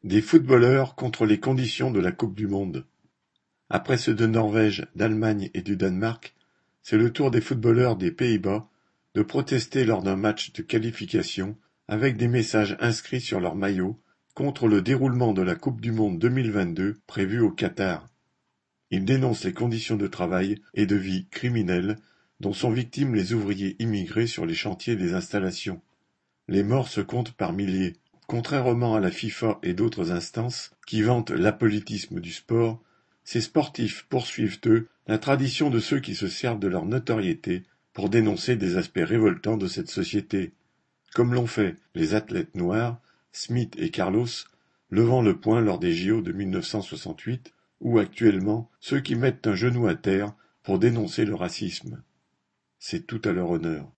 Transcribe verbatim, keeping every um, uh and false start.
Des footballeurs contre les conditions de la Coupe du monde. Après ceux de Norvège, d'Allemagne et du Danemark, c'est le tour des footballeurs des Pays-Bas de protester lors d'un match de qualification avec des messages inscrits sur leur maillot contre le déroulement de la Coupe du monde deux mille vingt-deux prévue au Qatar. Ils dénoncent les conditions de travail et de vie criminelles dont sont victimes les ouvriers immigrés sur les chantiers des installations. Les morts se comptent par milliers. Contrairement à la FIFA et d'autres instances qui vantent l'apolitisme du sport, ces sportifs poursuivent eux la tradition de ceux qui se servent de leur notoriété pour dénoncer des aspects révoltants de cette société, comme l'ont fait les athlètes noirs, Smith et Carlos, levant le poing lors des J O de mille neuf cent soixante-huit, ou actuellement ceux qui mettent un genou à terre pour dénoncer le racisme. C'est tout à leur honneur.